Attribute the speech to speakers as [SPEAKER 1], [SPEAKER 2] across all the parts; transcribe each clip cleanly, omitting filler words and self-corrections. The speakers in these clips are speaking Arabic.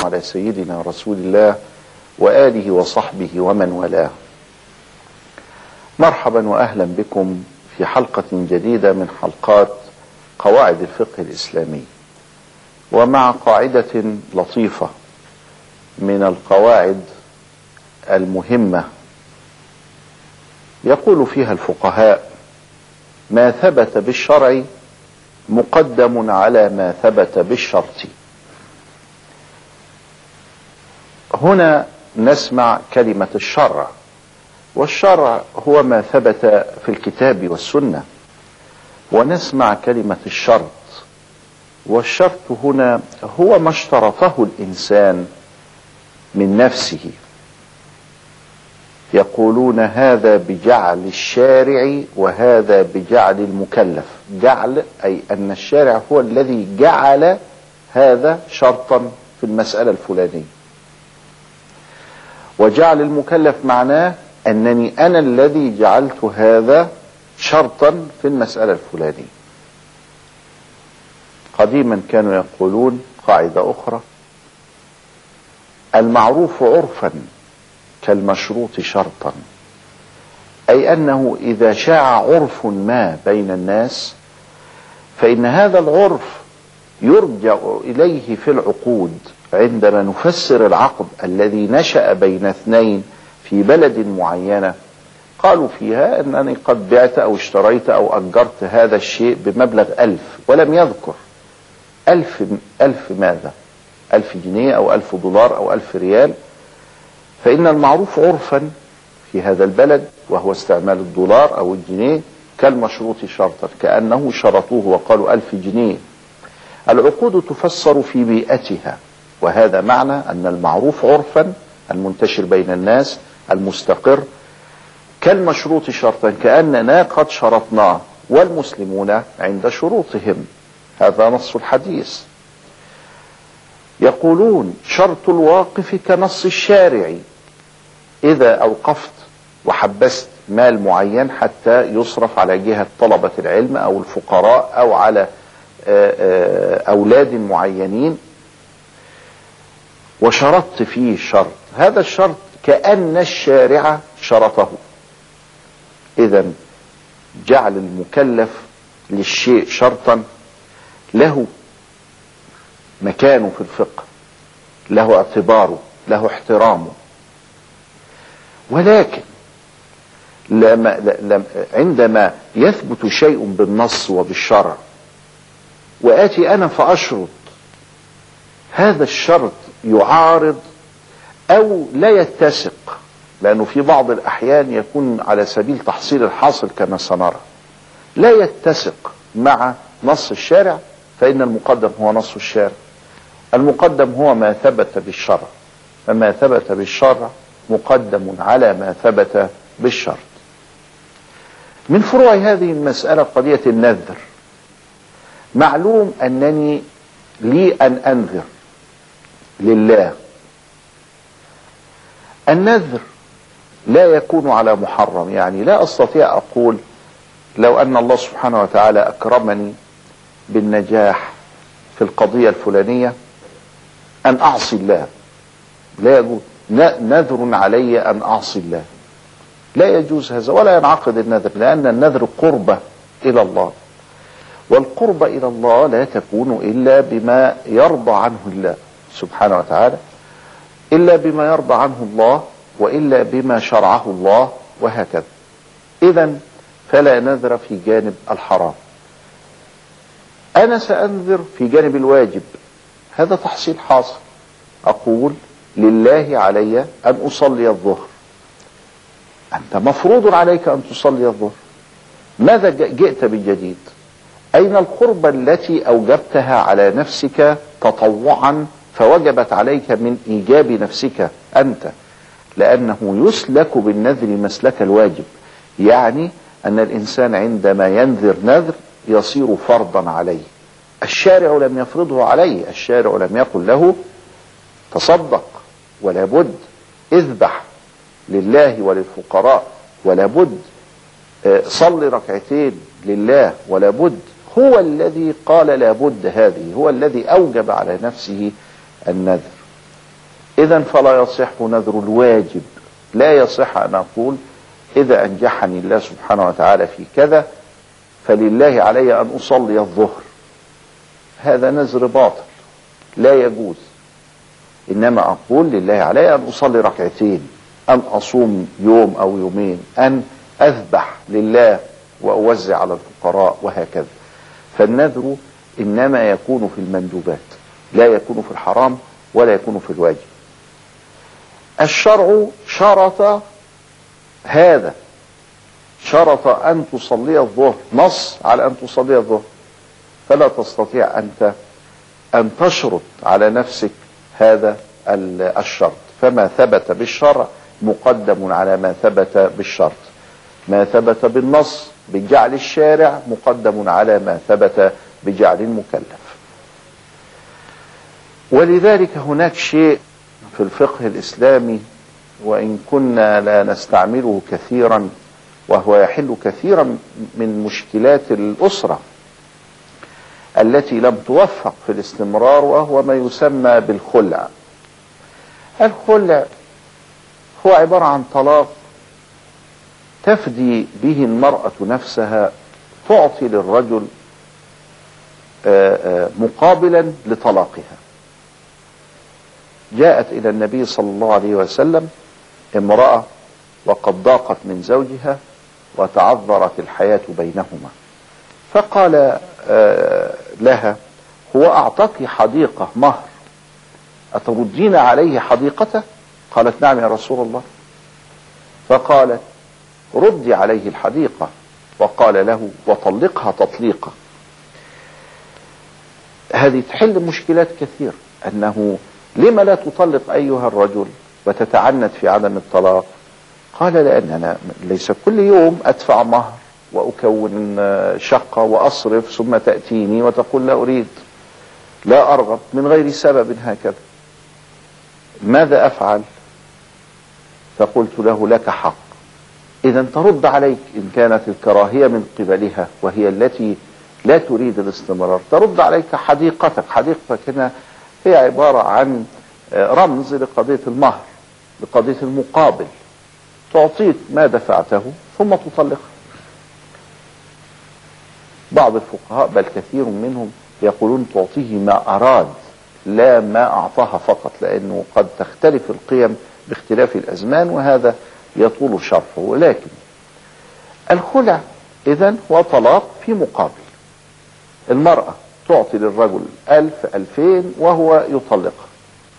[SPEAKER 1] على سيدنا رسول الله وآله وصحبه ومن والاه. مرحبا وأهلا بكم في حلقة جديدة من حلقات قواعد الفقه الإسلامي، ومع قاعدة لطيفة من القواعد المهمة يقول فيها الفقهاء: ما ثبت بالشرع مقدم على ما ثبت بالشرط. هنا نسمع كلمة الشرع، والشرع هو ما ثبت في الكتاب والسنة، ونسمع كلمة الشرط، والشرط هنا هو ما اشترطه الإنسان من نفسه. يقولون هذا بجعل الشارع وهذا بجعل المكلف. جعل أي أن الشارع هو الذي جعل هذا شرطا في المسألة الفلانية، وجعل المكلف معناه أنني أنا الذي جعلت هذا شرطا في المسألة الفلانية. قديما كانوا يقولون قاعدة أخرى: المعروف عرفا كالمشروط شرطا، أي أنه إذا شاع عرف ما بين الناس فإن هذا العرف يرجع إليه في العقود. عندما نفسر العقد الذي نشأ بين اثنين في بلد معينة، قالوا فيها أنني قد بعت أو اشتريت أو أجرت هذا الشيء بمبلغ 1000، ولم يذكر 1000 ماذا؟ 1000 جنيه أو 1000 دولار أو 1000 ريال. فإن المعروف عرفا في هذا البلد وهو استعمال الدولار أو الجنيه كالمشروط شرطا، كأنه شرطوه وقالوا 1000 جنيه. العقود تفسر في بيئتها، وهذا معنى أن المعروف عرفا المنتشر بين الناس المستقر كالمشروط شرطا، كأننا قد شرطناه والمسلمون عند شروطهم. هذا نص الحديث. يقولون شرط الواقف كنص الشارع. إذا أوقفت وحبست مال معين حتى يصرف على جهة طلبة العلم أو الفقراء أو على أولاد معينين وشرطت فيه الشرط، هذا الشرط كأن الشارع شرطه. إذن جعل المكلف للشيء شرطا له مكانه في الفقه، له اعتباره، له احترامه. ولكن عندما يثبت شيء بالنص وبالشرع وآتي أنا فأشرط، هذا الشرط يعارض أو لا يتسق، لأنه في بعض الأحيان يكون على سبيل تحصيل الحاصل كما سنرى، لا يتسق مع نص الشارع، فإن المقدم هو نص الشارع. المقدم هو ما ثبت بالشرع، فما ثبت بالشرع مقدم على ما ثبت بالشرط. من فروع هذه المسألة قضية النذر. معلوم أنني لي أن أنذر لله. النذر لا يكون على محرم، يعني لا أستطيع أقول لو أن الله سبحانه وتعالى أكرمني بالنجاح في القضية الفلانية أن أعصي الله. لا يجوز. نذر علي أن أعصي الله، لا يجوز هذا، ولا ينعقد النذر، لأن النذر قربة إلى الله، والقربة إلى الله لا تكون إلا بما يرضى عنه الله سبحانه وتعالى، إلا بما يرضى عنه الله، وإلا بما شرعه الله، وهكذا. إذن فلا نذر في جانب الحرام. أنا سأنذر في جانب الواجب، هذا تحصيل حاصل. أقول لله علي أن أصلي الظهر. أنت مفروض عليك أن تصلي الظهر، ماذا جئت بالجديد؟ أين القربة التي أوجبتها على نفسك تطوعا فوجبت عليك من إيجاب نفسك أنت؟ لأنه يسلك بالنذر مسلك الواجب، يعني أن الإنسان عندما ينذر نذر يصير فرضا عليه. الشارع لم يفرضه عليه، الشارع لم يقل له تصدق ولا بد، اذبح لله وللفقراء ولا بد، صلي ركعتين لله ولا بد. هو الذي قال لا بد، هذه هو الذي أوجب على نفسه النذر. إذن فلا يصح نذر الواجب. لا يصح أن أقول إذا أنجحني الله سبحانه وتعالى في كذا فلله علي أن أصلي الظهر، هذا نذر باطل لا يجوز. إنما أقول لله علي أن أصلي ركعتين، أن أصوم يوم أو يومين، أن أذبح لله وأوزع على الفقراء وهكذا. فالنذر إنما يكون في المندوبات، لا يكون في الحرام ولا يكون في الواجب. الشرع شرط هذا، شرط أن تصلي الظهر، نص على أن تصلي الظهر، فلا تستطيع أنت أن تشرط على نفسك هذا الشرط. فما ثبت بالشرع مقدم على ما ثبت بالشرط، ما ثبت بالنص بجعل الشارع مقدم على ما ثبت بجعل المكلف. ولذلك هناك شيء في الفقه الإسلامي وإن كنا لا نستعمله كثيرا، وهو يحل كثيرا من مشكلات الأسرة التي لم توفق في الاستمرار، وهو ما يسمى بالخلع. الخلع هو عبارة عن طلاق تفدي به المرأة نفسها، تعطي للرجل مقابلا لطلاقها. جاءت إلى النبي صلى الله عليه وسلم امرأة وقد ضاقت من زوجها وتعذرت الحياة بينهما، فقال لها: هو أعطاك حديقة مهر، أتردين عليه حديقته؟ قالت: نعم يا رسول الله. فقالت: ردي عليه الحديقة. وقال له: وطلقها تطليقة. هذه تحل مشكلات كثير، أنه لما لا تطلق أيها الرجل وتتعنت في عدم الطلاق؟ قال: لأن أنا ليس كل يوم أدفع مهر وأكون شقة وأصرف ثم تأتيني وتقول لا أريد، لا أرغب من غير سبب هكذا، ماذا أفعل؟ فقلت له: لك حق، إذا ترد عليك إن كانت الكراهية من قبلها وهي التي لا تريد الاستمرار، ترد عليك حديقتك. حديقتك هنا هي عبارة عن رمز لقضية المهر، لقضية المقابل، تعطيك ما دفعته ثم تطلقها. بعض الفقهاء بل كثير منهم يقولون تعطيه ما أراد لا ما أعطاها فقط، لأنه قد تختلف القيم باختلاف الأزمان وهذا يطول شرحه. ولكن الخلع إذن هو طلاق في مقابل. المرأة تعطي للرجل 1000 2000 وهو يطلقها.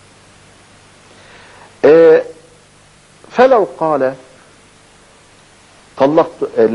[SPEAKER 1] فلو قال طلقت،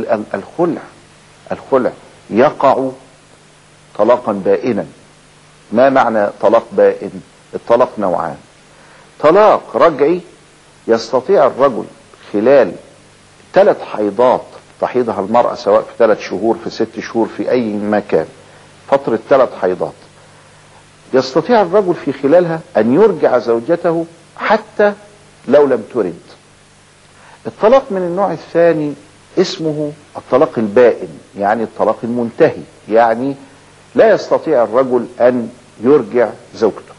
[SPEAKER 1] الخلع يقع طلاقا بائنا. ما معنى طلاق بائن؟ الطلاق نوعان: طلاق رجعي يستطيع الرجل خلال 3 حيضات تحيضها المرأة، سواء في 3 شهور في 6 شهور في أي مكان، فترة 3 حيضات، يستطيع الرجل في خلالها أن يرجع زوجته حتى لو لم ترد. الطلاق من النوع الثاني اسمه الطلاق البائن، يعني الطلاق المنتهي، يعني لا يستطيع الرجل أن يرجع زوجته.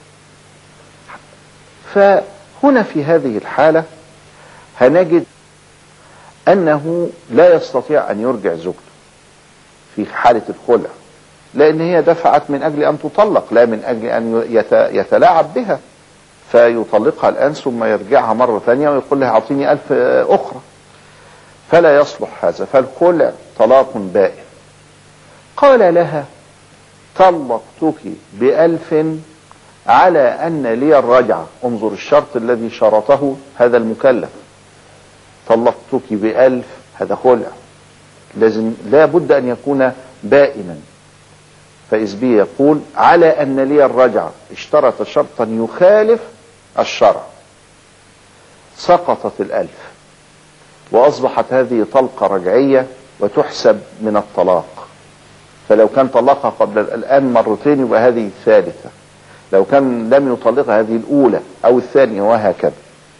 [SPEAKER 1] فهنا في هذه الحالة هنجد أنه لا يستطيع أن يرجع زوجته في حالة الخلع، لأن هي دفعت من أجل أن تطلق، لا من أجل أن يتلاعب بها، فيطلقها الآن ثم يرجعها مرة ثانية ويقول لها أعطيني 1000 أخرى، فلا يصلح هذا. فالخلع طلاق بائن. قال لها: طلقتك ب1000 على أن لي الرجعة. انظر الشرط الذي شرطه هذا المكلف، طلقتك ب1000، هذا خلع، لازم لا بد أن يكون بائنا. فإذ به يقول على أن لي الرجعة، اشترط شرطا يخالف الشرع، سقطت 1000 وأصبحت هذه طلقة رجعية وتحسب من الطلاق. فلو كان طلقها قبل الآن مرتين يبقى هذه الثالثة، لو كان لم يطلقها هذه الأولى أو الثانية، وهكذا.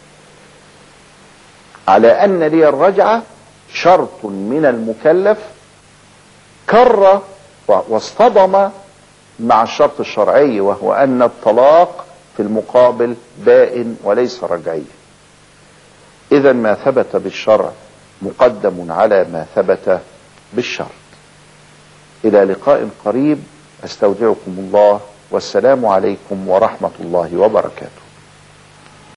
[SPEAKER 1] على أن لي الرجعة شرط من المكلف كر واصطدم مع الشرط الشرعي، وهو أن الطلاق في المقابل بائن وليس رجعي. إذا ما ثبت بالشرع مقدم على ما ثبت بالشرع. إلى لقاء قريب، أستودعكم الله، والسلام عليكم ورحمة الله وبركاته.